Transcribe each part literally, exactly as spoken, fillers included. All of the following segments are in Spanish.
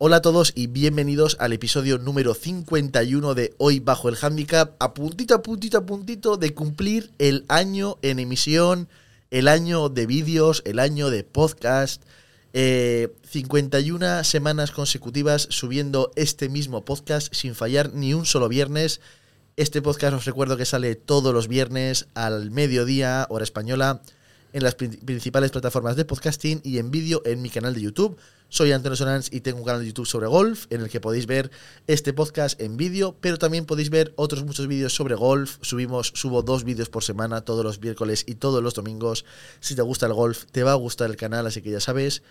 Hola a todos y bienvenidos al episodio número cincuenta y uno de Hoy Bajo el Handicap, a puntito, a puntito, a puntito de cumplir el año en emisión, el año de vídeos, el año de podcast, eh, cincuenta y una semanas consecutivas subiendo este mismo podcast sin fallar ni un solo viernes. Este podcast os recuerdo que sale todos los viernes al mediodía, hora española, en las principales plataformas de podcasting y en vídeo en mi canal de YouTube. Soy Antonio Sonans y tengo un canal de YouTube sobre golf en el que podéis ver este podcast en vídeo, pero también podéis ver otros muchos vídeos sobre golf. Subimos, subo dos vídeos por semana, todos los miércoles y todos los domingos. Si te gusta el golf, te va a gustar el canal, así que ya sabes,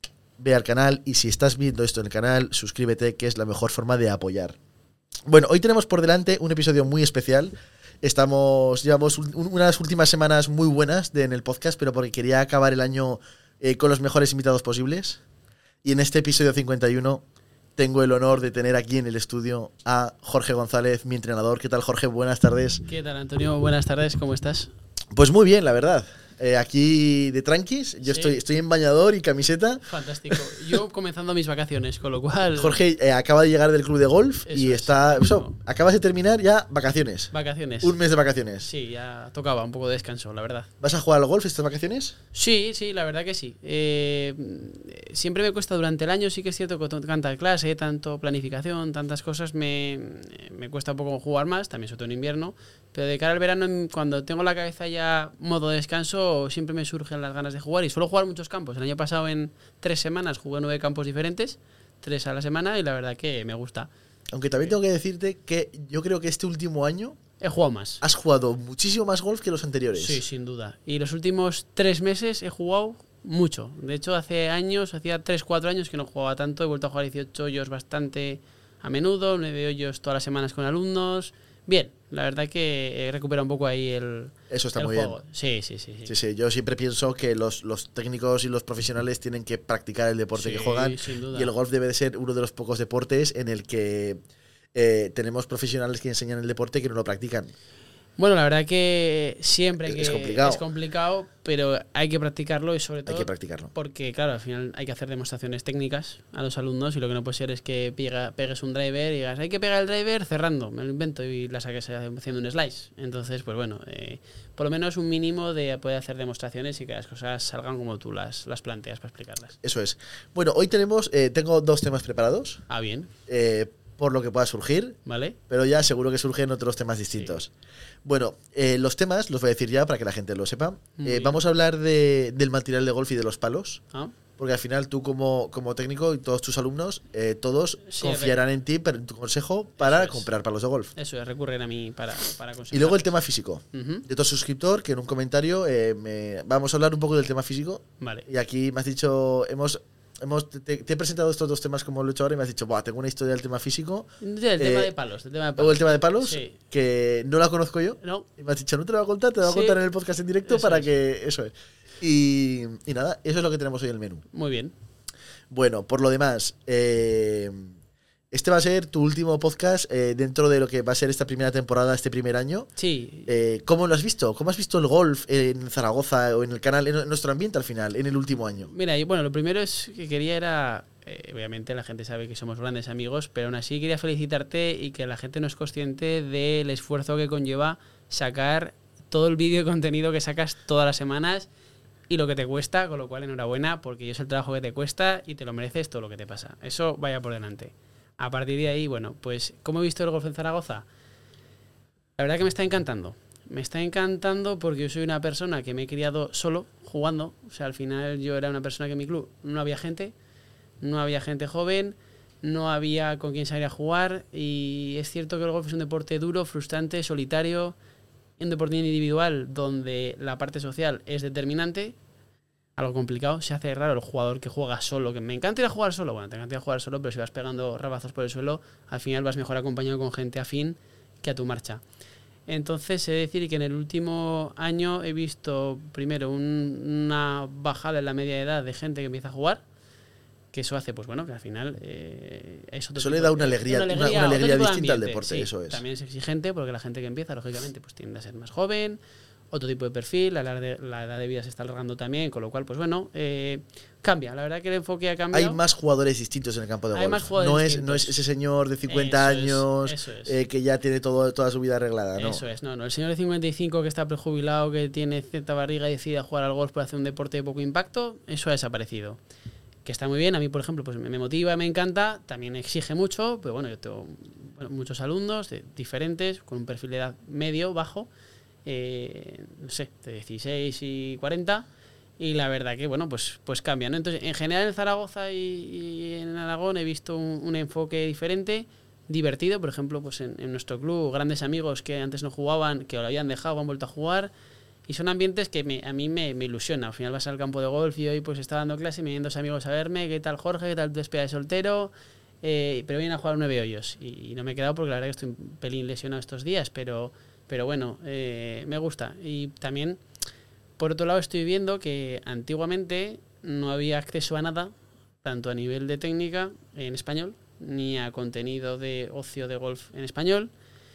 ve al canal y si estás viendo esto en el canal, suscríbete, que es la mejor forma de apoyar. Bueno, hoy tenemos por delante un episodio muy especial. Estamos, llevamos un, unas últimas semanas muy buenas de, en el podcast, pero porque quería acabar el año eh, con los mejores invitados posibles. Y en este episodio cincuenta y uno tengo el honor de tener aquí en el estudio a Jorge González, mi entrenador. ¿Qué tal, Jorge? Buenas tardes. ¿Qué tal, Antonio? Buenas tardes, ¿cómo estás? Pues muy bien, la verdad. Eh, aquí de tranquis, yo sí. estoy, estoy en bañador y camiseta. Fantástico. Yo comenzando mis vacaciones, con lo cual... Jorge eh, acaba de llegar del club de golf Eso y es. está... Eso, acabas de terminar ya vacaciones. Vacaciones. Un mes de vacaciones. Sí, ya tocaba un poco de descanso, la verdad. ¿Vas a jugar al golf estas vacaciones? Sí, sí, la verdad que sí. Eh, siempre me cuesta durante el año, sí que es cierto que con tanta clase, tanto planificación, tantas cosas, me, me cuesta un poco jugar más, también sobre todo en invierno. Pero de cara al verano, cuando tengo la cabeza ya modo descanso, siempre me surgen las ganas de jugar y suelo jugar muchos campos. El año pasado en tres semanas jugué nueve campos diferentes, tres a la semana, y la verdad que me gusta. Aunque también tengo que decirte que yo creo que este último año he jugado más. Has jugado muchísimo más golf que los anteriores. Sí, sin duda. Y los últimos tres meses he jugado mucho. De hecho, hace años, hacía tres, cuatro años que no jugaba tanto. He vuelto a jugar dieciocho hoyos bastante a menudo, nueve hoyos todas las semanas con alumnos. Bien, la verdad que he recuperado un poco ahí el Eso está el muy juego. bien. Sí, sí, sí, sí. Sí, sí. Yo siempre pienso que los, los técnicos y los profesionales tienen que practicar el deporte Sí, que juegan. sin duda. Y el golf debe de ser uno de los pocos deportes en el que eh, tenemos profesionales que enseñan el deporte que no lo practican. Bueno, la verdad que siempre hay que Es complicado. es complicado, pero hay que practicarlo y sobre todo Hay que practicarlo. porque, claro, al final hay que hacer demostraciones técnicas a los alumnos y lo que no puede ser es que pega, pegues un driver y digas, hay que pegar el driver cerrando, me lo invento y la saques haciendo un slice. Entonces, pues bueno, eh, por lo menos un mínimo de poder hacer demostraciones y que las cosas salgan como tú las, las planteas para explicarlas. Eso es. Bueno, hoy tenemos, eh, tengo dos temas preparados. Ah, bien. Eh, por lo que pueda surgir. ¿Vale? Pero ya seguro que surgen otros temas distintos. Sí. Bueno, eh, los temas los voy a decir ya para que la gente lo sepa. Eh, vamos a hablar de, del material de golf y de los palos. Ah. Porque al final tú como, como técnico y todos tus alumnos, eh, todos sí, confiarán en ti, en tu consejo para comprar palos de golf. Eso es, recurren a mí para, para conseguir. Y luego el tema físico. Uh-huh. De todo suscriptor, que en un comentario eh, me, vamos a hablar un poco del tema físico. Vale. Y aquí me has dicho, hemos... Hemos, te, te he presentado estos dos temas como lo he hecho ahora y me has dicho, buah, tengo una historia del tema físico. Del eh, tema de palos. Del tema de palos. O el tema de palos, sí. Que no la conozco yo. No. Y me has dicho, no te la voy a contar, te la voy a sí. contar en el podcast en directo eso para es. que... Eso es. Y, y nada, eso es lo que tenemos hoy en el menú. Muy bien. Bueno, por lo demás, eh, este va a ser tu último podcast eh, dentro de lo que va a ser esta primera temporada, este primer año. Sí. Eh, ¿Cómo lo has visto? ¿Cómo has visto el golf en Zaragoza o en el canal, en nuestro ambiente al final, en el último año? Mira, y bueno, lo primero es que quería era... Eh, obviamente la gente sabe que somos grandes amigos, pero aún así quería felicitarte y que la gente no es consciente del esfuerzo que conlleva sacar todo el vídeo de contenido que sacas todas las semanas y lo que te cuesta, con lo cual enhorabuena, porque yo sé el trabajo que te cuesta y te lo mereces todo lo que te pasa. Eso vaya por delante. A partir de ahí, bueno, pues ¿cómo he visto el golf en Zaragoza? La verdad que me está encantando. Me está encantando porque yo soy una persona que me he criado solo, jugando. O sea, al final yo era una persona que en mi club no había gente, no había gente joven, no había con quien salir a jugar y es cierto que el golf es un deporte duro, frustrante, solitario, un deporte individual donde la parte social es determinante, algo complicado, se hace raro el jugador que juega solo, que me encanta ir a jugar solo, bueno, te encanta ir a jugar solo, pero si vas pegando rabazos por el suelo, al final vas mejor acompañado con gente afín que a tu marcha. Entonces, he de decir que en el último año he visto primero un, una bajada en la media edad de gente que empieza a jugar, que eso hace, pues bueno, que al final eh, eso, eso le da una alegría, una alegría, una, una alegría distinta al deporte, sí, eso es. También es exigente porque la gente que empieza, lógicamente, pues tiende a ser más joven otro tipo de perfil, la edad de, la edad de vida se está alargando también, con lo cual, pues bueno, eh, cambia. La verdad que el enfoque ha cambiado. Hay más jugadores distintos en el campo de Hay golf. más jugadores no, es, distintos. no es ese señor de cincuenta Eso es, años eso es. eh, que ya tiene todo, toda su vida arreglada, ¿no? Eso es, no, no. El señor de cincuenta y cinco que está prejubilado, que tiene cierta barriga y decide jugar al golf por hacer un deporte de poco impacto, eso ha desaparecido. Que está muy bien, a mí, por ejemplo, pues me motiva, me encanta, también exige mucho, pero bueno, yo tengo bueno, muchos alumnos de, diferentes, con un perfil de edad medio, bajo, eh, no sé, de dieciséis y cuarenta, y la verdad que, bueno, pues, pues cambia, ¿no? Entonces, en general en Zaragoza y, y en Aragón he visto un, un enfoque diferente, divertido, por ejemplo, pues en, en nuestro club, grandes amigos que antes no jugaban, que lo habían dejado, han vuelto a jugar, y son ambientes que me, a mí me, me ilusiona. Al final vas al campo de golf y hoy pues está dando clase, me vienen dos amigos a verme, ¿qué tal Jorge? ¿Qué tal tu despedida de soltero? Eh, pero vienen a jugar nueve hoyos y, y no me he quedado porque la verdad que estoy un pelín lesionado estos días, pero, pero bueno, eh, me gusta. Y también, por otro lado, estoy viendo que antiguamente no había acceso a nada, tanto a nivel de técnica en español, ni a contenido de ocio de golf en español.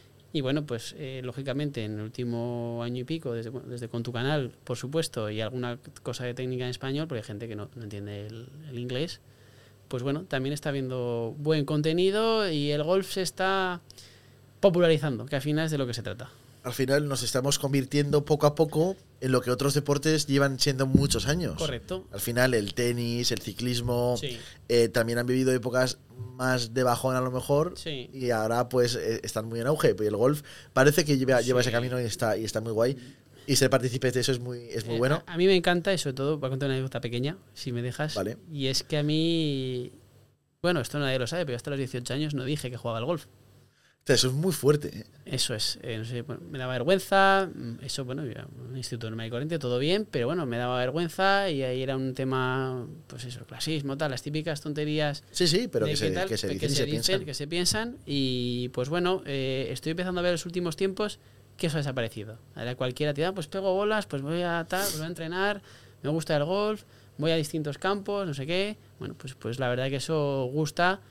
Y bueno, pues eh, lógicamente en el último año y pico, desde, desde con tu canal, por supuesto, y alguna cosa de técnica en español, porque hay gente que no, no entiende el, el inglés, pues bueno, también está viendo buen contenido y el golf se está popularizando, que al final es de lo que se trata. Al final nos estamos convirtiendo poco a poco en lo que otros deportes llevan siendo muchos años. Correcto. Al final el tenis, el ciclismo, Sí. eh, también han vivido épocas más de bajón a lo mejor, Sí. y ahora pues eh, están muy en auge. Y el golf parece que lleva, Sí. lleva ese camino y está, y está muy guay. Y ser partícipe de eso es muy, es muy Eh, bueno. A, a mí me encanta y sobre todo, voy a contar una anécdota pequeña, si me dejas. Vale. Y es que a mí, bueno, esto nadie lo sabe, pero hasta los dieciocho años no dije que jugaba al golf. O sea, eso es muy fuerte. ¿eh? Eso es, eh, no sé, bueno, me daba vergüenza, eso, bueno, yo, un instituto normal y corriente, todo bien, pero bueno, me daba vergüenza y ahí era un tema, pues eso, clasismo, tal, las típicas tonterías. Sí, sí, pero de que se, tal, que se que dicen y se piensan. que se piensan, y pues bueno, eh, estoy empezando a ver en los últimos tiempos que eso ha desaparecido. Ahora cualquiera te da, pues pego bolas, pues voy a tal, pues voy a entrenar, me gusta el golf, voy a distintos campos, no sé qué. Bueno, pues, pues la verdad que eso gusta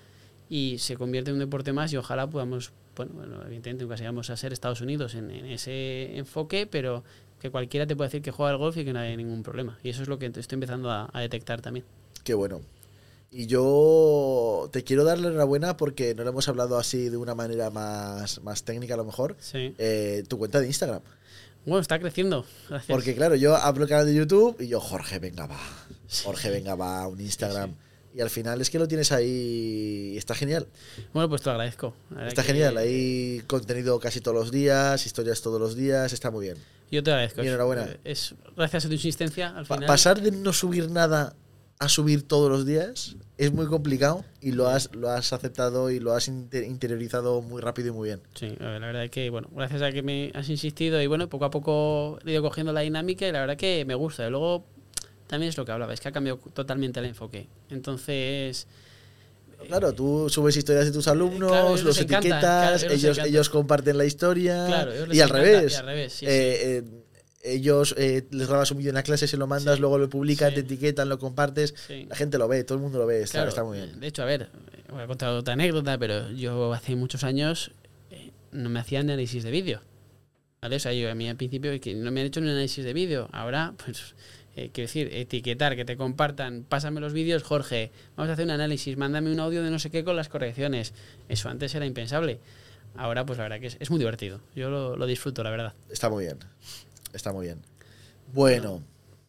y se convierte en un deporte más y ojalá podamos, bueno, bueno evidentemente nunca llegamos a ser Estados Unidos en, en ese enfoque, pero que cualquiera te puede decir que juega al golf y que no hay ningún problema. Y eso es lo que estoy empezando a, a detectar también. Qué bueno. Y yo te quiero dar la enhorabuena porque no lo hemos hablado así de una manera más, más técnica a lo mejor. Sí. Eh, tu cuenta de Instagram. Bueno, está creciendo. Gracias. Porque claro, yo abro el canal de YouTube y yo, Jorge, venga, va. Jorge, venga, va, un Instagram. Sí, sí. Y al final es que lo tienes ahí y está genial. Bueno, pues te lo agradezco. Está que... genial, hay contenido casi todos los días, historias todos los días, está muy bien. Yo te agradezco. Y enhorabuena. Es, gracias a tu insistencia al final. Pa pasar de no subir nada a subir todos los días es muy complicado y lo has, lo has aceptado y lo has inter interiorizado muy rápido y muy bien. Sí, la verdad es que, bueno, gracias a que me has insistido y bueno, poco a poco he ido cogiendo la dinámica y la verdad que me gusta. Y luego también es lo que hablaba, es que ha cambiado totalmente el enfoque. Entonces... Claro, tú subes historias de tus alumnos, claro, los etiquetas, encanta, claro, ellos, ellos comparten la historia, claro, y, al revés, y al revés. Sí, eh, sí. Eh, ellos eh, les grabas un vídeo en la clase, se lo mandas, sí, luego lo publican, sí, te etiquetan, lo compartes, sí, la gente lo ve, todo el mundo lo ve, está, claro, está muy bien. De hecho, a ver, voy a contar otra anécdota, pero yo hace muchos años eh, no me hacía análisis de vídeo, ¿vale? O sea, yo a mí al principio que no me han hecho un análisis de vídeo, ahora pues... Eh, quiero decir, etiquetar, que te compartan, pásame los vídeos, Jorge, vamos a hacer un análisis, mándame un audio de no sé qué con las correcciones. Eso antes era impensable. Ahora, pues la verdad que es, es muy divertido. Yo lo, lo disfruto, la verdad. Está muy bien. Está muy bien. Bueno.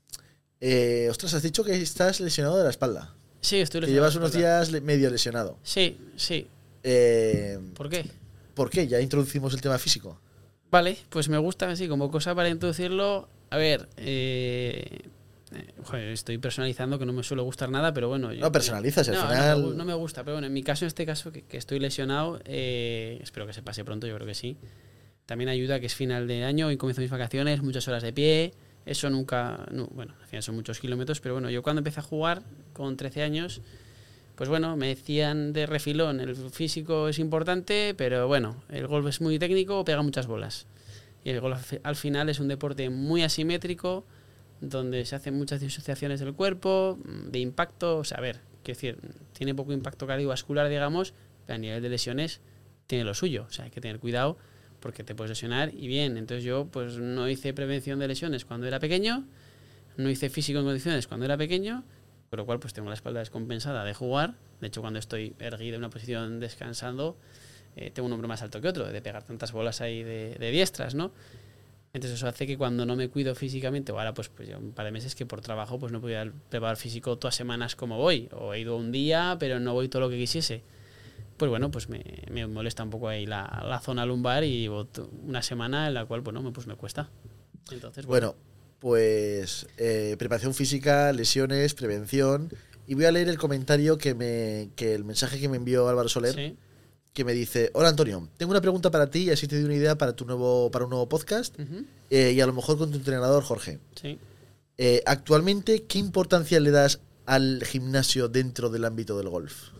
Eh, ostras, has dicho que estás lesionado de la espalda. Sí, estoy lesionado. Que llevas unos días medio lesionado. Sí, sí. Eh, ¿Por qué? ¿Por qué? Ya introducimos el tema físico. Vale, pues me gusta, así como cosa para introducirlo. A ver, eh... Joder, estoy personalizando que no me suele gustar nada, pero bueno. No personalizas, no, al final. No, no me gusta, pero bueno, en mi caso, en este caso, que, que estoy lesionado, eh, espero que se pase pronto, yo creo que sí. También ayuda que es final de año y comienzo mis vacaciones, muchas horas de pie. Eso nunca. No, bueno, al final son muchos kilómetros, pero bueno, yo cuando empecé a jugar con trece años, pues bueno, me decían de refilón: el físico es importante, pero bueno, el golf es muy técnico, pega muchas bolas. Y el golf al final es un deporte muy asimétrico, donde se hacen muchas disociaciones del cuerpo, de impacto, o sea, a ver, quiero decir, tiene poco impacto cardiovascular, digamos, pero a nivel de lesiones tiene lo suyo, o sea, hay que tener cuidado, porque te puedes lesionar y bien. Entonces yo pues no hice prevención de lesiones cuando era pequeño, no hice físico en condiciones cuando era pequeño, con lo cual pues tengo la espalda descompensada de jugar. De hecho, cuando estoy erguido en una posición descansando, eh, tengo un hombro más alto que otro, de pegar tantas bolas ahí de, de diestras, ¿no? Entonces eso hace que cuando no me cuido físicamente, o ahora pues, pues ya un par de meses que por trabajo pues no podía preparar físico todas semanas como voy, o he ido un día pero no voy todo lo que quisiese, pues bueno, pues me, me molesta un poco ahí la, la zona lumbar y una semana en la cual pues, no, pues me cuesta. Entonces, bueno, bueno pues eh, preparación física, lesiones, prevención, y voy a leer el comentario que me que el mensaje que me envió Álvaro Soler. Sí. Que me dice: hola Antonio, tengo una pregunta para ti y así te doy una idea para tu nuevo para un nuevo podcast, Uh-huh. eh, y a lo mejor con tu entrenador Jorge. Sí. Eh, actualmente, ¿qué importancia le das al gimnasio dentro del ámbito del golf?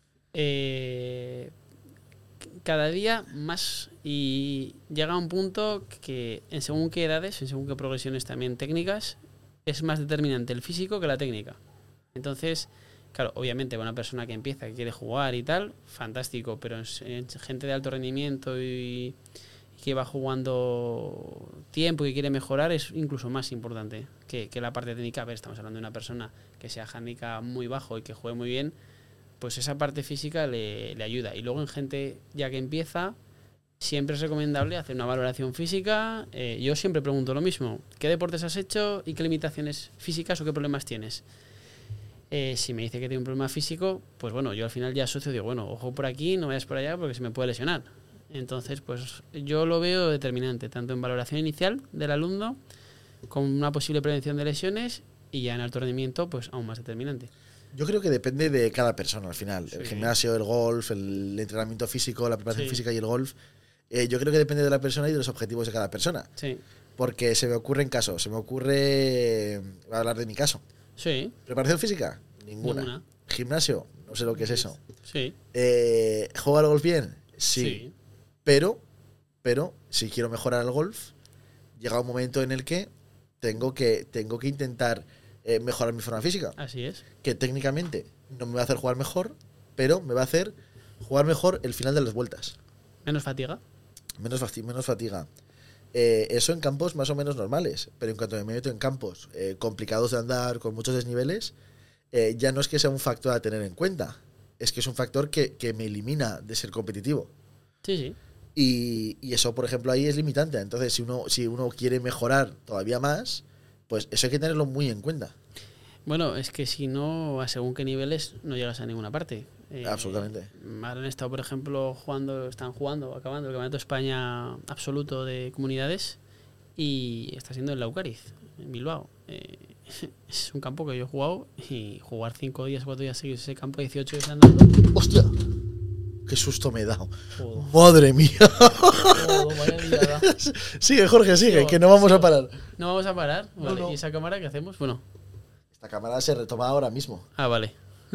Eh, cada día más, y llega a un punto que en según qué edades, en según qué progresiones también técnicas, es más determinante el físico que la técnica. Entonces, claro, obviamente una persona que empieza, que quiere jugar y tal, fantástico, pero en gente de alto rendimiento y, y que va jugando tiempo y que quiere mejorar, es incluso más importante que, que la parte técnica. A ver, estamos hablando de una persona que sea handicap muy bajo y que juegue muy bien, pues esa parte física le, le ayuda. Y luego en gente ya que empieza, siempre es recomendable hacer una valoración física. Eh, yo siempre pregunto lo mismo: ¿qué deportes has hecho y qué limitaciones físicas o qué problemas tienes? Eh, si me dice que tiene un problema físico, pues bueno, yo al final ya asocio, digo, bueno, ojo por aquí, no vayas por allá porque se me puede lesionar. Entonces, pues yo lo veo determinante, tanto en valoración inicial del alumno, con una posible prevención de lesiones, y ya en alto rendimiento, pues aún más determinante. Yo creo que depende de cada persona al final. Sí. El gimnasio, el golf, el entrenamiento físico, la preparación Sí. física y el golf. Eh, yo creo que depende de la persona y de los objetivos de cada persona. Sí. Porque se me ocurren casos. Se me ocurre... Voy a hablar de mi caso. Sí. ¿Preparación física? Ninguna. Ninguna. ¿Gimnasio? No sé lo que es eso. Sí. Eh, ¿Juego al golf bien? Sí. Sí. Pero, pero, si quiero mejorar el golf, llega un momento en el que tengo que, tengo que intentar eh, mejorar mi forma física. Así es. Que técnicamente no me va a hacer jugar mejor, pero me va a hacer jugar mejor el final de las vueltas. Menos fatiga. Menos, fati- menos fatiga. Eh, eso en campos más o menos normales, pero en cuanto me meto en campos eh, complicados de andar, con muchos desniveles, eh, ya no es que sea un factor a tener en cuenta, es que es un factor que, que me elimina de ser competitivo. Sí, sí. Y, y eso, por ejemplo, ahí es limitante. Entonces, si uno, si uno quiere mejorar todavía más, pues eso hay que tenerlo muy en cuenta. Bueno, es que si no, a según qué niveles, no llegas a ninguna parte. Eh, Absolutamente. Ahora han estado, por ejemplo, jugando, están jugando, acabando el Campeonato de España absoluto de comunidades, y está siendo en Laucariz, en Bilbao. Eh, es un campo que yo he jugado, y jugar cinco días, cuatro días seguidos ese campo, dieciocho días andando. ¡Hostia! ¡Qué susto me he dado! Joder. ¡Madre mía! Joder, vaya liada. Sigue, Jorge, sigue, Sigo, que no vamos sigo. a parar. No vamos a parar. No, Vale. no. ¿Y esa cámara qué hacemos? Bueno. Esta cámara se retoma ahora mismo. Ah, vale.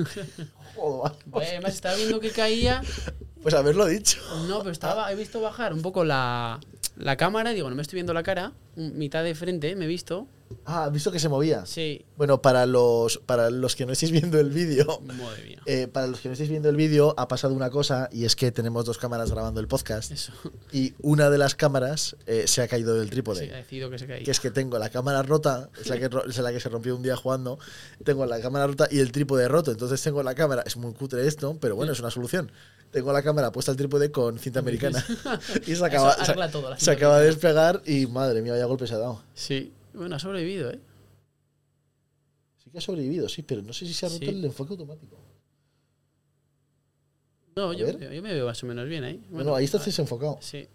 Joder, Vaya, además estaba viendo que caía. pues haberlo dicho. No, pero estaba, he visto bajar un poco la, la cámara y digo, no me estoy viendo la cara, un- mitad de frente me he visto. Ah, ¿has visto que se movía? Sí. Bueno, para los, para los que no estéis viendo el vídeo, Madre mía. eh, para los que no estéis viendo el vídeo, ha pasado una cosa, y es que tenemos dos cámaras grabando el podcast, Eso. y una de las cámaras eh, se ha caído del trípode. Sí, ha decidido que se caía. Que es que tengo la cámara rota, es la, que, ro- es la que se rompió un día jugando, tengo la cámara rota y el trípode roto, entonces tengo la cámara, es muy cutre esto, pero bueno, es una solución. Tengo la cámara puesta al trípode con cinta americana y se acaba, Eso arregla todo, la se, se cinta acaba de americana. despegar y madre mía, vaya golpe se ha dado. Sí. Bueno, ha sobrevivido, ¿eh? Sí que ha sobrevivido, sí, pero no sé si se ha roto Sí. el enfoque automático. No, A yo, ver. me- yo me veo más o menos bien ahí. Bueno, ahí está a ver. desenfocado. Sí.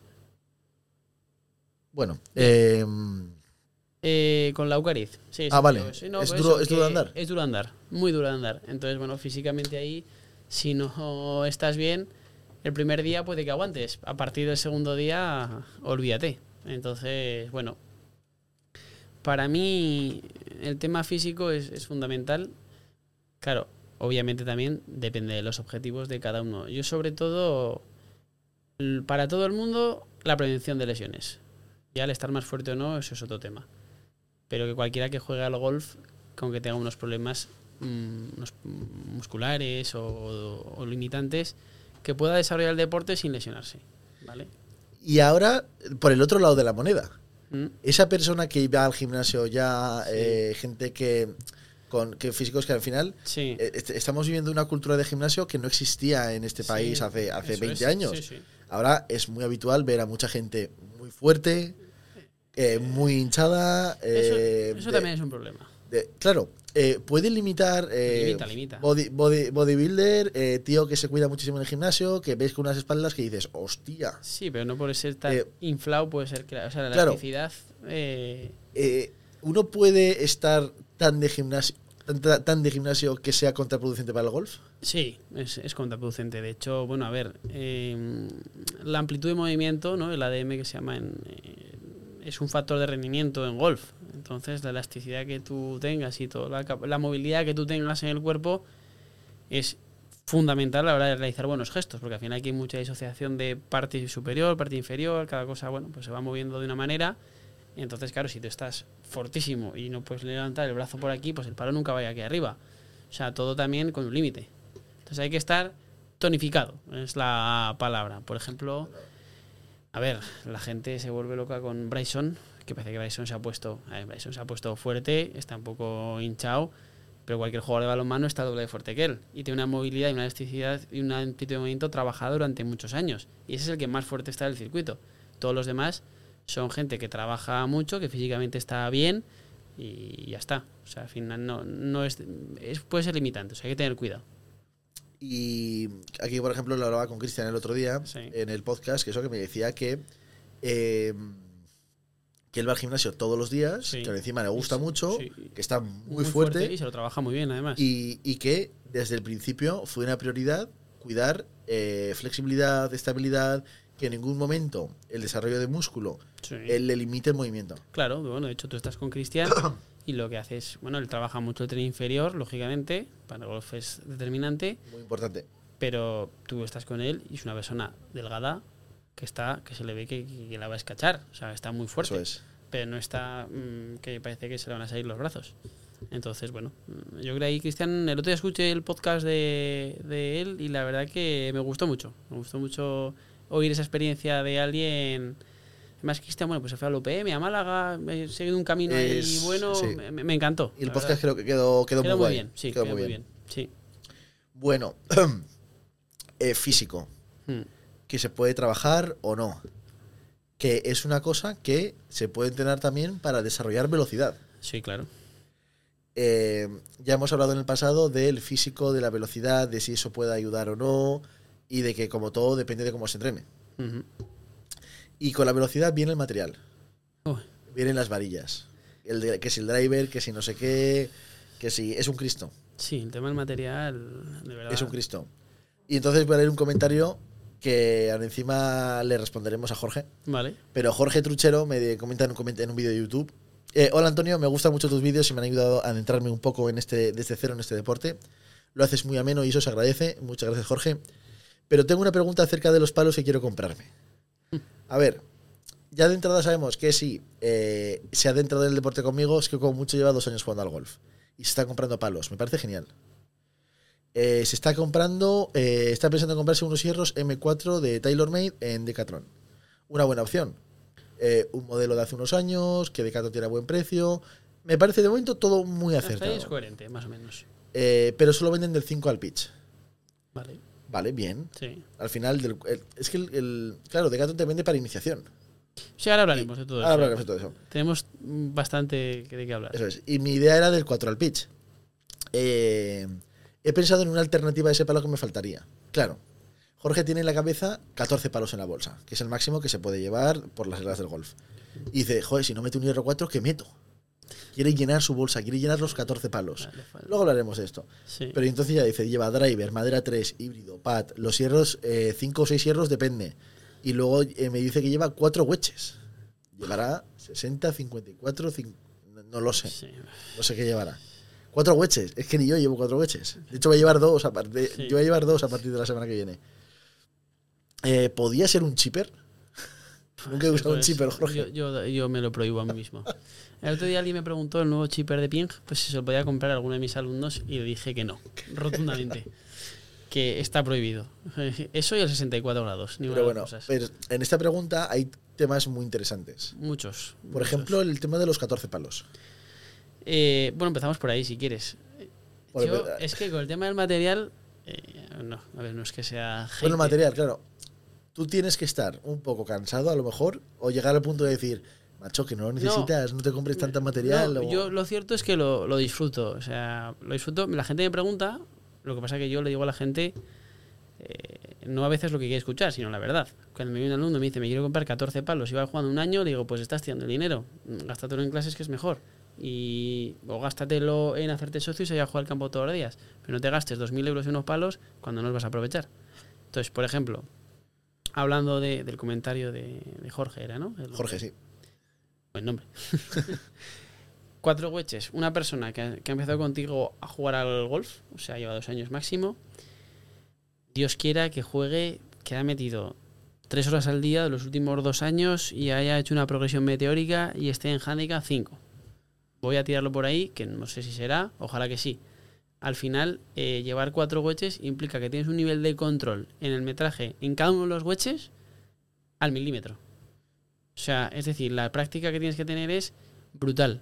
Bueno, eh, Eh, con la Eucariz. Sí, Ah, sí, vale. pero sí, no, ¿Es pues duro- eso, es duro de que andar? Es duro de andar, muy duro de andar. Entonces, bueno, físicamente ahí, si no estás bien, el primer día puede que aguantes. A partir del segundo día, olvídate. Entonces, bueno, para mí el tema físico es, es fundamental. Claro, obviamente también depende de los objetivos de cada uno. Yo sobre todo, l- para todo el mundo, la prevención de lesiones. Ya el estar más fuerte o no, eso es otro tema. Pero que cualquiera que juegue al golf, con que tenga unos problemas mm, unos musculares o, o limitantes, que pueda desarrollar el deporte sin lesionarse, ¿vale? Y ahora, por el otro lado de la moneda, ¿Mm? esa persona que va al gimnasio ya, Sí. eh, gente que con que físicos que al final Sí. eh, est- estamos viviendo una cultura de gimnasio que no existía en este Sí, país hace, hace eso veinte es. años. Sí, sí. Ahora es muy habitual ver a mucha gente muy fuerte, eh, muy hinchada. Eso, eh, eso de- también es un problema. de- claro, eh, puede limitar. eh, Limita, limita. body- body- bodybuilder, eh, tío que se cuida muchísimo en el gimnasio, que ves con unas espaldas que dices, hostia. Sí, pero no por ser tan Eh, inflado puede ser que la, o sea, la claro. elasticidad eh, Eh, uno puede estar tan de gimnasio, tan, tan de gimnasio que sea contraproducente para el golf. sí, es, es contraproducente. De hecho, bueno, a ver, eh, la amplitud de movimiento, ¿no? El A D M que se llama en, eh, es un factor de rendimiento en golf. Entonces, la elasticidad que tú tengas y toda la, cap- la movilidad que tú tengas en el cuerpo es fundamental a la hora de realizar buenos gestos, porque al final aquí hay mucha disociación de parte superior, parte inferior, cada cosa, bueno, pues se va moviendo de una manera. Y entonces, claro, si tú estás fortísimo y no puedes levantar el brazo por aquí, pues el palo nunca vaya aquí arriba. O sea, todo también con un límite. Entonces hay que estar tonificado, es la palabra. Por ejemplo, a ver, la gente se vuelve loca con Bryson, que parece que Bryson se ha puesto, a ver, Bryson se ha puesto fuerte, está un poco hinchado, pero cualquier jugador de balonmano está doble de fuerte que él. Y tiene una movilidad y una elasticidad y una amplitud de movimiento trabajada durante muchos años. Y ese es el que más fuerte está del circuito. Todos los demás son gente que trabaja mucho, que físicamente está bien y ya está. O sea, al final no, no es, es puede ser limitante, o sea, hay que tener cuidado. Y aquí, por ejemplo, lo hablaba con Cristian el otro día Sí. en el podcast, que eso que me decía que, eh, que él va al gimnasio todos los días, Sí. que encima le gusta Sí, mucho, sí. que está muy, fuerte, y se lo trabaja muy bien, además. y, y que desde el principio fue una prioridad cuidar eh, flexibilidad, estabilidad, que en ningún momento el desarrollo de músculo Sí. él le limite el movimiento. Claro, bueno, de hecho tú estás con Cristian y lo que hace es, bueno, él trabaja mucho el tren inferior, lógicamente, para el golf es determinante, Muy importante. pero tú estás con él y es una persona delgada que está, que se le ve que, que la va a escachar, o sea, está muy fuerte, Eso es. pero no está mm, que parece que se le van a salir los brazos. Entonces, bueno, mm, yo creo que ahí Cristian, el otro día escuché el podcast de, de él y la verdad que me gustó mucho, me gustó mucho oír esa experiencia de alguien. Además, Cristian, bueno, pues se fue al U P M, a Málaga, he seguido un camino ahí Es- bueno, sí. me, me encantó. Y el la podcast verdad. creo que quedó, quedó, Quedó muy, muy guay. bien, sí, quedó quedó muy muy bien. bien, sí. Bueno, eh, físico, Mm. que se puede trabajar o no. Que es una cosa que se puede entrenar también para desarrollar velocidad. Sí, claro. Eh, ya hemos hablado en el pasado del físico, de la velocidad, de si eso puede ayudar o no, y de que como todo depende de cómo se entrene. Ujú. Y con la velocidad viene el material, Uy, vienen las varillas. El de- que si el driver, que si no sé qué, que si es un Cristo, sí, el tema del material, de verdad. es un Cristo. Y entonces voy a leer un comentario que ahora encima le responderemos a Jorge. Vale. Pero Jorge Truchero me comenta en un, coment- en un vídeo de YouTube. Eh, Hola Antonio, me gustan mucho tus vídeos y me han ayudado a adentrarme un poco en este, desde cero en este deporte. Lo haces muy ameno y eso se agradece. Muchas gracias, Jorge. Pero tengo una pregunta acerca de los palos que quiero comprarme. A ver, ya de entrada sabemos que si eh, se ha adentrado en el deporte conmigo, es que como mucho lleva dos años jugando al golf. Y se está comprando palos. Me parece genial. Eh, se está comprando, eh, está pensando en comprarse unos hierros eme cuatro de TaylorMade en Decathlon. Una buena opción. Eh, un modelo de hace unos años, que Decathlon tiene a buen precio. Me parece de momento todo muy Hasta ahí acertado. es coherente, más o menos. Eh, pero solo venden del cinco al pitch. Vale. Vale, bien. Sí. Al final, del, el- es que el, el- claro, Decathlon te vende para iniciación. Sí, ahora hablaremos de todo Ahora eso. hablaremos de todo eso. Tenemos mm, bastante que- de qué hablar. Eso es. Y mi idea era del cuatro al pitch. Eh, he pensado en una alternativa a ese palo que me faltaría. Claro, Jorge tiene en la cabeza catorce palos en la bolsa, que es el máximo que se puede llevar por las reglas del golf. Y dice, joder, si no meto un hierro cuatro, ¿qué meto? Quiere llenar su bolsa, quiere llenar los catorce palos. Vale, falta. Luego hablaremos de esto. Sí. Pero entonces ya dice, lleva driver, madera tres, híbrido, pad, los hierros, cinco o seis hierros, depende. Y luego eh, me dice que lleva cuatro wedges. Llevará sesenta, cincuenta y cuatro, cin- no, no lo sé. Sí. No sé qué llevará. Cuatro wedges. Es que ni yo llevo cuatro wedges. De hecho, voy a llevar dos a partir, Sí. yo voy a llevar dos a partir de la semana que viene. Eh, ¿Podía ser un chipper? Nunca he usado un Pues, chipper, Jorge. Yo, yo, yo me lo prohíbo a mí mismo. El otro día alguien me preguntó el nuevo chipper de Ping, pues si se lo podía comprar a alguno de mis alumnos y le dije que no, rotundamente. que está prohibido. Eso y el sesenta y cuatro grados. Ni Pero bueno, cosas. pero en esta pregunta hay temas muy interesantes. Muchos. Por muchos. ejemplo, el tema de los catorce palos. Eh, bueno, empezamos por ahí, si quieres. Por Yo, el- es que con el tema del material, eh, no, a ver, no es que sea Bueno, hater. el material, claro. Tú tienes que estar un poco cansado, a lo mejor, o llegar al punto de decir, macho, que no lo necesitas, no, no te compres tanto material. No, o... yo lo cierto es que lo, lo disfruto. O sea, lo disfruto. La gente me pregunta, lo que pasa es que yo le digo a la gente, eh, no a veces lo que quiere escuchar, sino la verdad. Cuando me viene un alumno y me dice, me quiero comprar catorce palos y va jugando un año, le digo, pues estás tirando el dinero. Gástatelo en clases que es mejor. Y, o gástatelo en hacerte socio y salir a jugar al campo todos los días. Pero no te gastes dos mil euros en unos palos cuando no los vas a aprovechar. Entonces, por ejemplo, hablando de, del comentario de, de Jorge, era, ¿no? El- Jorge, sí. Buen nombre. Cuatro hueches. Una persona que ha, que ha empezado contigo a jugar al golf, o sea, lleva dos años máximo. Dios quiera que juegue, que ha metido tres horas al día de los últimos dos años y haya hecho una progresión meteórica y esté en handicap cinco. Voy a tirarlo por ahí, que no sé si será, ojalá que sí. Al final, eh, llevar cuatro wedges implica que tienes un nivel de control en el metraje en cada uno de los wedges al milímetro. O sea, es decir, la práctica que tienes que tener es brutal.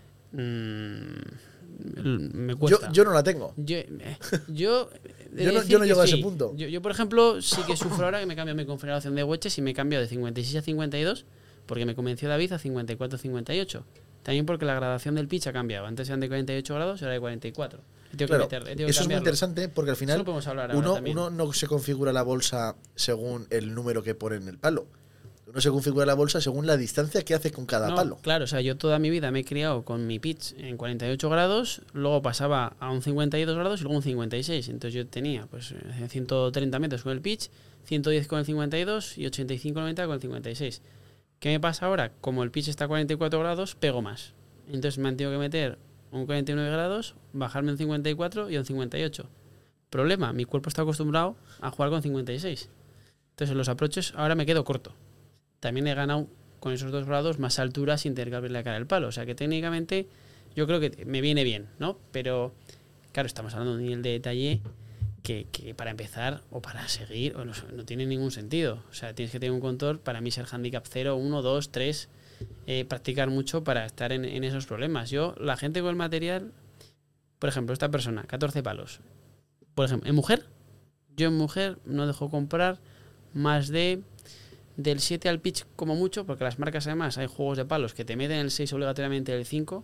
Mm, me Yo, cuesta. yo no la tengo. Yo, eh, yo, he de Yo no- decir yo no que llego a sí. ese punto. Yo, yo, por ejemplo, sí que sufro ahora que me cambio mi configuración de wedges y me cambio de cincuenta y seis a cincuenta y dos porque me convenció David a cincuenta y cuatro a cincuenta y ocho. También porque la gradación del pitch ha cambiado. Antes eran de cuarenta y ocho grados, ahora de cuarenta y cuatro. He tenido Claro, que meter- he tenido que eso es muy cambiarlo. interesante porque al Eso final lo podemos hablar ahora uno, también. uno no se configura la bolsa según el número que pone en el palo. Uno se configura la bolsa según la distancia que hace con cada No, palo. claro, o sea, yo toda mi vida me he criado con mi pitch en cuarenta y ocho grados, luego pasaba a un cincuenta y dos grados y luego un cincuenta y seis. Entonces yo tenía pues eh, ciento treinta metros con el pitch, ciento diez con el cincuenta y dos y ochenta y cinco noventa con el cincuenta y seis. ¿Qué me pasa ahora? Como el pitch está a cuarenta y cuatro grados, pego más. Entonces me han tenido que meter un cuarenta y nueve grados, bajarme un cincuenta y cuatro y un cincuenta y ocho. Problema, mi cuerpo está acostumbrado a jugar con cincuenta y seis. Entonces en los approaches ahora me quedo corto. También he ganado con esos dos grados más altura sin tener que abrir la cara del palo. O sea que técnicamente yo creo que me viene bien, ¿no? Pero claro, estamos hablando de un nivel de detalle que, que para empezar o para seguir o no, no tiene ningún sentido. O sea, tienes que tener un control, para mí ser handicap cero, uno, dos, tres, eh, practicar mucho para estar en, en esos problemas. Yo, la gente con el material, por ejemplo, esta persona, catorce palos. Por ejemplo, en mujer, yo en mujer no dejo comprar más de... del siete al pitch como mucho, porque las marcas además hay juegos de palos que te meten el seis obligatoriamente el cinco.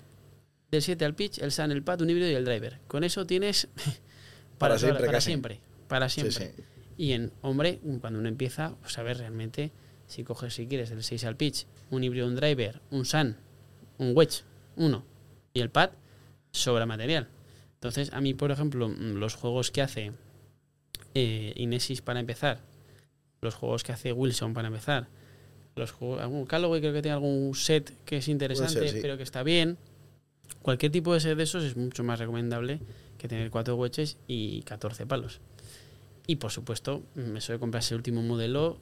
Del siete al pitch, el sun, el pad, un híbrido y el driver. Con eso tienes para, Para siempre, para casi. siempre. Para siempre. Sí, sí. Y en hombre, cuando uno empieza, pues a ver realmente si coges, si quieres, del seis al pitch, un híbrido, un driver, un sun, un wedge, uno, y el pad, sobra material. Entonces, a mí, por ejemplo, los juegos que hace eh, Inesis para empezar, los juegos que hace Wilson para empezar, los juegos, algún Callaway creo que tiene algún set que es interesante, Puede ser, sí. pero que está bien. Cualquier tipo de set de esos es mucho más recomendable que tener cuatro wedges y catorce palos. Y por supuesto, eso de comprarse el último modelo,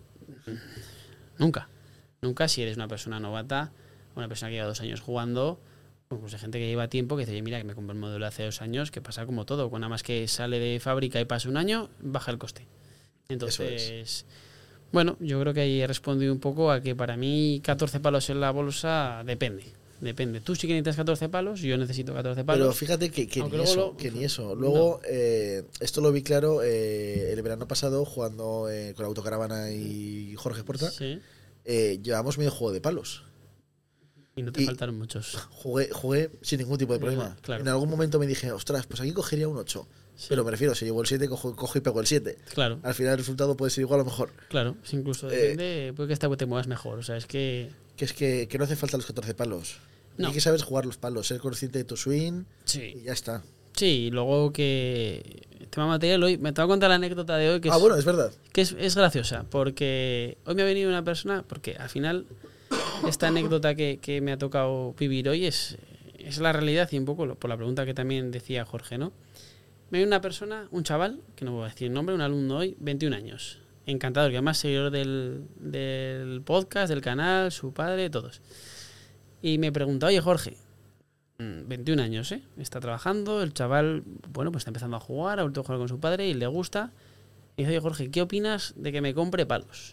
nunca. Nunca si eres una persona novata, una persona que lleva dos años jugando, pues hay gente que lleva tiempo que dice, "Oye, mira, que me compré el modelo hace dos años, que pasa como todo, con nada más que sale de fábrica y pasa un año, baja el coste". Entonces, bueno, yo creo que ahí he respondido un poco a que para mí catorce palos en la bolsa depende. Depende. Tú sí que necesitas catorce palos, yo necesito catorce palos. Pero fíjate que, que, ni, Aunque luego eso, lo- que ni eso. Luego, eh, esto lo vi claro eh, el verano pasado jugando eh, con Autocaravana y Jorge Porta. Sí. Eh, llevamos medio juego de palos. Y no te Y- faltaron muchos. Jugué, jugué sin ningún tipo de problema. Claro. En algún momento me dije, ostras, pues aquí cogería un ocho. Sí. Pero me refiero, si llevo el siete, cojo, cojo y pego el siete. Claro, Al final el resultado puede ser igual o mejor. claro. Si incluso Eh, depende, puede que esta te muevas mejor. O sea, es que... Que es que, que no hace falta los catorce palos. No. Hay que saber jugar los palos, ser consciente de tu swing y Sí. ya está. Sí, y luego que... Tema material, hoy me te voy a contar la anécdota de hoy que Ah, es... bueno, es verdad. que es, es graciosa, porque hoy me ha venido una persona, porque al final esta anécdota que, que me ha tocado vivir hoy es, es la realidad y un poco lo- por la pregunta que también decía Jorge, ¿no? Me viene una persona, un chaval, que no voy a decir el nombre, un alumno hoy, veintiún años, encantador, que además seguidor del, del podcast, del canal, su padre, todos. Y me pregunta, oye Jorge, veintiún años, ¿eh? Está trabajando, el chaval, bueno, pues está empezando a jugar, ha vuelto a jugar con su padre y le gusta. Y dice, oye, Jorge, ¿qué opinas de que me compre palos?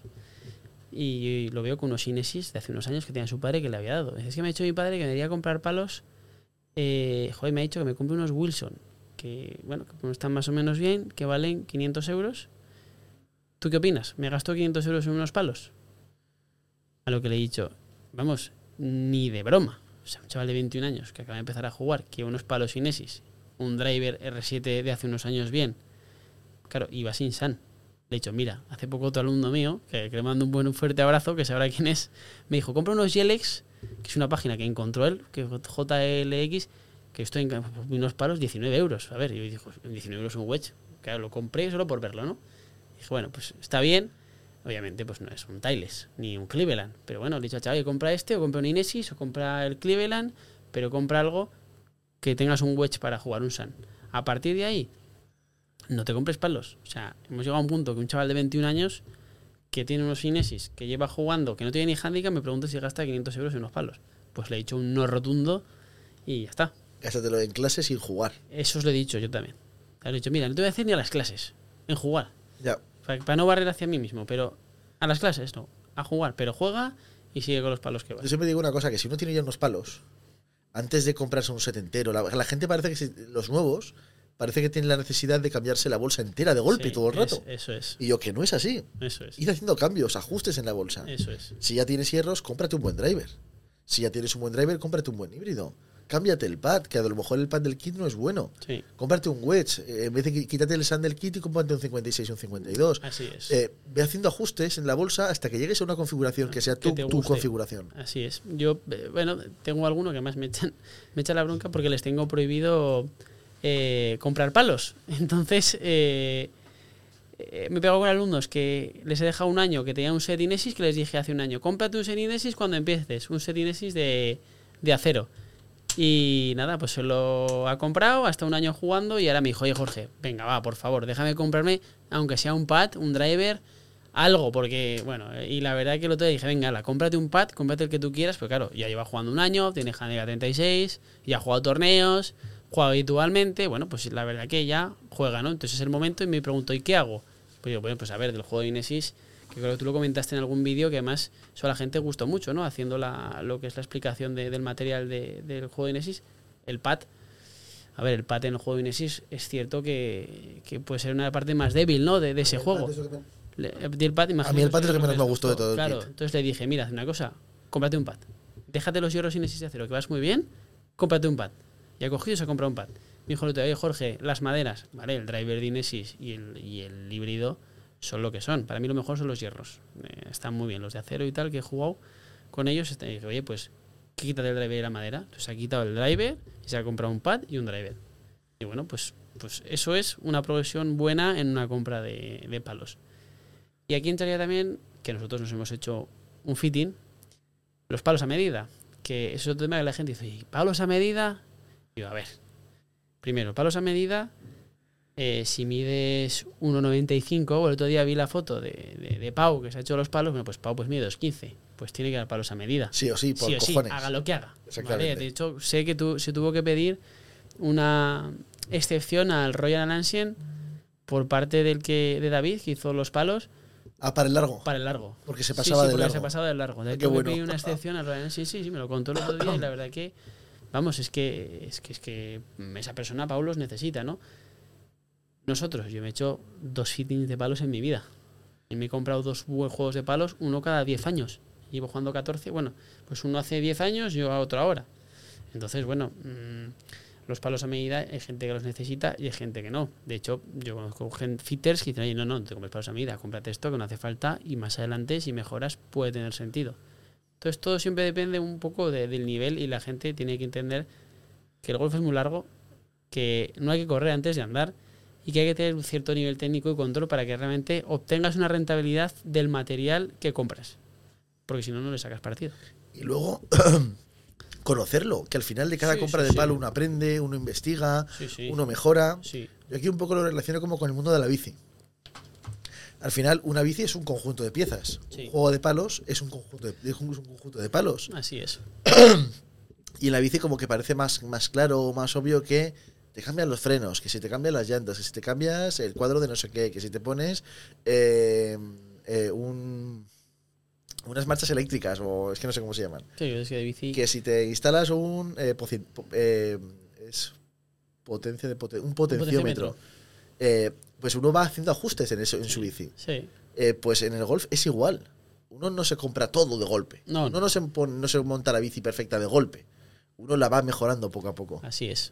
Y lo veo con unos Inesis de hace unos años que tenía su padre que le había dado. Dice, es que me ha dicho mi padre que me debería comprar palos. Eh, joder, me ha dicho que me compre unos Wilson, que, bueno, que están más o menos bien, que valen quinientos euros. ¿Tú qué opinas? ¿Me gastó quinientos euros en unos palos? A lo que le he dicho, vamos, ni de broma. O sea, un chaval de veintiún años que acaba de empezar a jugar, que unos palos Inesis, un driver R siete de hace unos años bien, claro, iba sin S A N. Le he dicho, mira, hace poco otro alumno mío, que, que le mando un buen un fuerte abrazo, que sabrá quién es, me dijo, compra unos Yelex, que es una página que encontró él, que es J L X, que estoy en unos palos diecinueve euros. A ver, y yo dije, diecinueve euros un wedge. Claro, lo compré solo por verlo, ¿no? Y dije, bueno, pues está bien. Obviamente, pues no es un Tiles ni un Cleveland. Pero bueno, le he dicho al chaval, compra este, o compra un Inesis, o compra el Cleveland, pero compra algo que tengas un wedge para jugar un S A N. A partir de ahí, no te compres palos. O sea, hemos llegado a un punto que un chaval de veintiún años que tiene unos Inesis, que lleva jugando, que no tiene ni handicap, me pregunta si gasta quinientos euros en unos palos. Pues le he dicho un no rotundo y ya está. Gástatelo en clase sin jugar. Eso os lo he dicho yo también. Le he dicho, mira, no te voy a decir ni a las clases, en jugar. Ya. Para, para no barrer hacia mí mismo, pero a las clases no, a jugar, pero juega y sigue con los palos que va. Yo siempre digo una cosa, que si uno tiene ya unos palos, antes de comprarse un set entero, la, la gente parece que si, los nuevos, parece que tienen la necesidad de cambiarse la bolsa entera de golpe Sí, todo el rato. Es, eso es. Y yo, que no es así. Eso es. Ir haciendo cambios, ajustes en la bolsa. Eso es. Si ya tienes hierros, cómprate un buen driver. Si ya tienes un buen driver, cómprate un buen híbrido. Cámbiate el pad, que a lo mejor el pad del kit no es bueno. Sí. Cómprate un wedge. Eh, en vez de qui- quítate el S A N del kit y cómprate un cincuenta y seis o un cincuenta y dos. Así es. Eh, ve haciendo ajustes en la bolsa hasta que llegues a una configuración que sea Que tu, te tu guste. configuración. Así es. Yo, eh, bueno, tengo alguno que más me echan, me echan la bronca porque les tengo prohibido eh, comprar palos. Entonces, eh, eh, me pego con alumnos que les he dejado un año que tenía un set Inesis, que les dije hace un año, cómprate un set Inesis cuando empieces, un set Inesis de, de acero. Y nada, pues se lo ha comprado, hasta un año jugando, y ahora me dijo, oye Jorge, venga, va, por favor, déjame comprarme, aunque sea un pad, un driver, algo, porque, bueno, y la verdad que el otro día dije, venga, la, cómprate un pad, cómprate el que tú quieras, pues claro, ya lleva jugando un año, tiene handicap treinta y seis, ya ha jugado torneos, juega habitualmente, bueno, pues la verdad que ya juega, ¿no? Entonces es el momento y me pregunto, ¿y qué hago? Pues yo, bueno, pues a ver, del juego de Inesis, que creo que tú lo comentaste en algún vídeo, que además eso a la gente gustó mucho, ¿no? Haciendo la, lo que es la explicación de, del material de, del juego de Inesis, el pad. A ver, el pad en el juego de Inesis es cierto que, que puede ser una parte más débil, ¿no? De, de ese juego. Le- el pad, A mí el pad es lo que menos me gustó de todo el Claro, kit. entonces le dije, mira, haz una cosa, cómprate un pad. Déjate los hierros Inesis de acero, que vas muy bien, cómprate un pad. Y ha cogido y se ha comprado un pad. Me dijo el otro día, oye, Jorge, las maderas, ¿vale? El driver de Inesis y el, y el híbrido son lo que son. Para mí lo mejor son los hierros. Eh, están muy bien, los de acero y tal, que he jugado con ellos. Y dije, oye, pues quítate el driver y la madera. Entonces ha quitado el driver y se ha comprado un pad y un driver. Y bueno, pues, pues eso es una progresión buena en una compra de, de palos. Y aquí entraría también que nosotros nos hemos hecho un fitting, los palos a medida. Que eso es otro tema que la gente dice, ¿y palos a medida? Y yo, a ver, primero, palos a medida. Eh, si mides uno noventa y cinco, o el otro día vi la foto de, de, de Pau, que se ha hecho los palos, bueno, pues Pau pues mide dos quince, pues tiene que dar palos a medida. Sí o sí, por Sí o sí, cojones. haga lo que haga. Exactamente. ¿Vale? De hecho, sé que tu, se tuvo que pedir una excepción al Royal Ancient por parte del que de David, que hizo los palos, Ah, para el largo. para el largo. Porque se Sí, pasaba sí, del porque largo. se pasaba del largo. De Ah, hecho, qué me bueno. pedí una excepción al Royal Ancient. Sí, sí, sí, me lo contó el otro día y la verdad que, vamos, es que, es que, es que esa persona, Pau, los necesita, ¿no? Nosotros, yo me he hecho dos fittings de palos en mi vida. Y me he comprado dos buen juegos de palos, uno cada diez años. Llevo jugando catorce, bueno, pues uno hace diez años, yo a otro ahora. Entonces, bueno, mmm, los palos a medida, hay gente que los necesita y hay gente que no. De hecho, yo conozco gente, fitters que dicen, oye, no, no, no te compres palos a medida, cómprate esto que no hace falta y más adelante, si mejoras, puede tener sentido. Entonces, todo siempre depende un poco de, del nivel y la gente tiene que entender que el golf es muy largo, que no hay que correr antes de andar y que hay que tener un cierto nivel técnico y control para que realmente obtengas una rentabilidad del material que compras. Porque si no, no le sacas partido. Y luego conocerlo, que al final de cada Sí, compra sí, de sí. palo uno aprende, uno investiga, Sí, sí. uno mejora. Sí, Yo aquí un poco lo relaciono como con el mundo de la bici. Al final, una bici es un conjunto de piezas. Sí. Un juego de palos es un conjunto de, es un, es un conjunto de palos. así es. Y en la bici como que parece más, más claro, más obvio que te cambian los frenos, que si te cambian las llantas, que si te cambias el cuadro de no sé qué, que si te pones eh, eh, un, unas marchas eléctricas, o es que no sé cómo se llaman. Sí, es que de bici... Que si te instalas un eh, poci- po- eh, es potencia de poten- un potenciómetro, potenciómetro. eh, pues uno va haciendo ajustes en eso en su bici. Sí. Eh, pues en el golf es igual. Uno no se compra todo de golpe. No, Uno no se, pon- no se monta la bici perfecta de golpe. Uno la va mejorando poco a poco. Así es.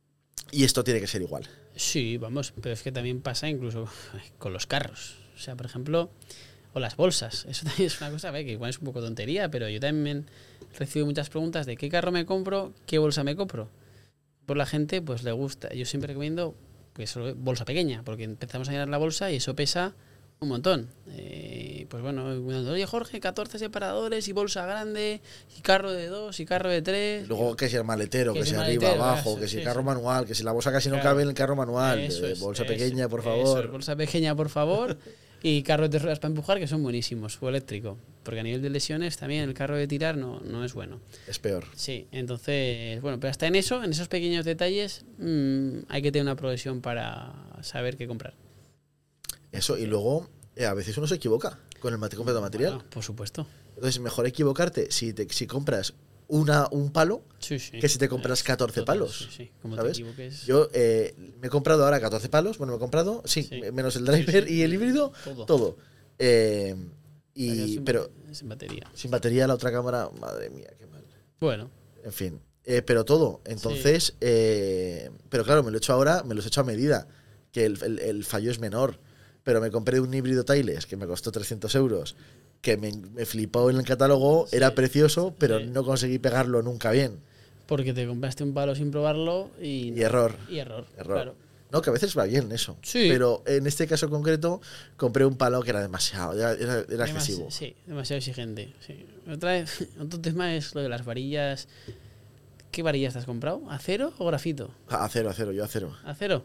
Y esto tiene que ser igual. Sí, vamos, pero es que también pasa incluso con los carros. O sea, por ejemplo, o las bolsas. Eso también es una cosa, a ver, que igual es un poco tontería, pero yo también recibo muchas preguntas de qué carro me compro, qué bolsa me compro. Por la gente, pues le gusta. Yo siempre recomiendo pues bolsa pequeña, porque empezamos a llenar la bolsa y eso pesa un montón. Eh, pues bueno, oye Jorge, catorce separadores y bolsa grande, y carro de dos, y carro de tres. Luego que si el maletero, Que que si si el arriba, maletero, abajo, eso, que si el sí, carro sí. manual, que si la bolsa casi no Claro. cabe en el carro manual. Eso eh, es, bolsa eso, pequeña, por eso, favor. bolsa pequeña, por favor. Y carros de ruedas para empujar, que son buenísimos, o eléctrico. Porque a nivel de lesiones también el carro de tirar no, no es bueno. Es peor. Sí, entonces, bueno, pero hasta en eso, en esos pequeños detalles, mmm, hay que tener una progresión para saber qué comprar. Eso, y luego eh, a veces uno se equivoca con el mate- completo material. Bueno, por supuesto. Entonces, mejor equivocarte si, te, si compras una, un palo Sí, sí. que si te compras catorce Total, palos. Sí, sí. Como ¿Sabes? te equivoques. Yo eh, me he comprado ahora catorce palos. Bueno, me he comprado, sí, Sí. menos el driver Sí, sí. y el híbrido, Todo. todo. Eh, y, sin, pero sin batería. sin batería la otra cámara, madre mía, qué mal. Bueno, En fin, eh, pero todo. Entonces, eh, pero claro, me lo he hecho ahora, me lo he hecho a medida, que el, el- el fallo es menor. Pero me compré un híbrido Tiles que me costó trescientos euros, que me, me flipó en el catálogo, Sí, era precioso, pero sí. no conseguí pegarlo nunca bien. porque te compraste un palo sin probarlo y... Y error. Y error, Error. claro. No, que a veces va bien eso. Sí. Pero en este caso concreto, compré un palo que era demasiado, era, era- era Demasi- excesivo. Sí, demasiado exigente. Sí. Otra vez, otro tema es lo de las varillas. ¿Qué varillas te has comprado? ¿Acero o grafito? A cero, a cero, yo a cero. ¿Acero?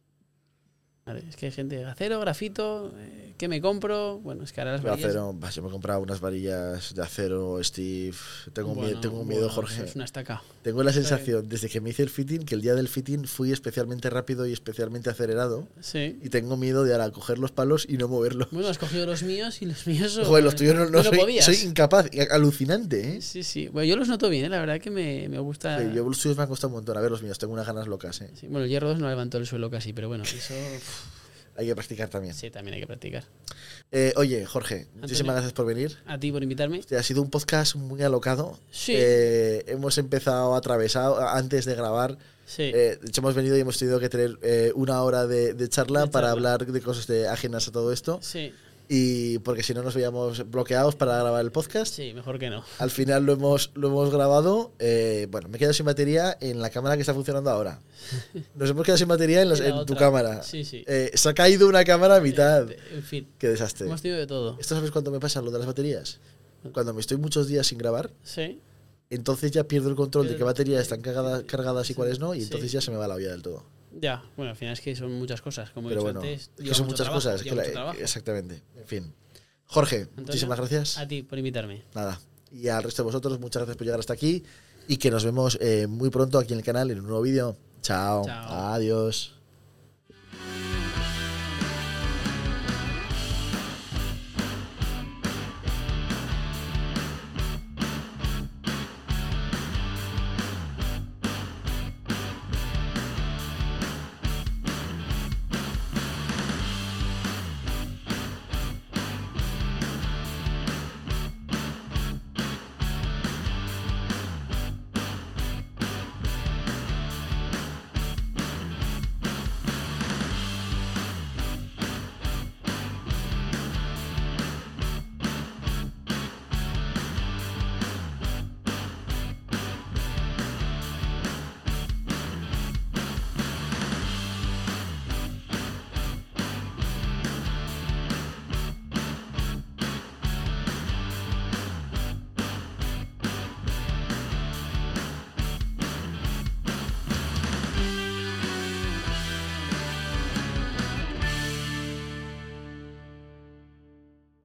Vale, es que hay gente, acero, grafito, eh, ¿qué me compro? Bueno, es que ahora las Yo a varillas... cero, bah, yo me he comprado unas varillas de acero, Steve. Tengo, Bueno, miedo, tengo miedo, bueno, Jorge. Es una estaca. Tengo la Eso sensación, desde que me hice el fitting, que el día del fitting fui especialmente rápido y especialmente acelerado. Sí. Y tengo miedo de ahora coger los palos y no moverlos. Bueno, has cogido los míos y los míos son... Joder, los tuyos no, no Tú soy, podías. soy incapaz. Alucinante, ¿eh? Sí, sí. Bueno, yo los noto bien, ¿eh? La verdad que me, me gusta... Sí, yo los tuyos me han costado un montón. A ver, los míos, tengo unas ganas locas, ¿eh? Sí, bueno, el hierro dos no levantó el suelo casi, pero bueno, eso... Hay que practicar también. Sí, también hay que practicar. Eh, oye, Jorge, muchísimas Antonio. gracias por venir. A ti por invitarme. Este ha sido un podcast muy alocado. Sí. Eh, hemos empezado atravesado antes de grabar. Sí. Eh, de hecho, hemos venido y hemos tenido que tener eh, una hora de, de charla De para charla. hablar de cosas de, ajenas a todo esto. Sí, Y porque si no nos veíamos bloqueados para grabar el podcast. sí, mejor que no. Al final lo hemos, lo hemos grabado. Eh, bueno, me he quedado sin batería en la cámara que está funcionando ahora. Nos hemos quedado sin batería en, las- Y la en tu otra. cámara. Sí, sí. Eh, se ha caído una cámara a mitad. Eh, En fin, Qué desastre. hemos tenido de todo. ¿Esto sabes cuándo me pasa lo de las baterías? Cuando me estoy muchos días sin grabar, Sí, entonces ya pierdo el control de Pero- qué baterías están cargadas, cargadas y Sí, cuáles no, y sí. entonces ya se me va la vida del todo. ya. Bueno, al final es que son muchas cosas, como he Pero dicho bueno, antes. es que lleva son mucho muchas trabajo, cosas. es que lleva la- mucho trabajo. exactamente. En fin. Jorge, muchísimas gracias. A ti por invitarme. Nada. Y al resto de vosotros, muchas gracias por llegar hasta aquí. Y que nos vemos eh, muy pronto aquí en el canal en un nuevo vídeo. Chao. Chao. Adiós.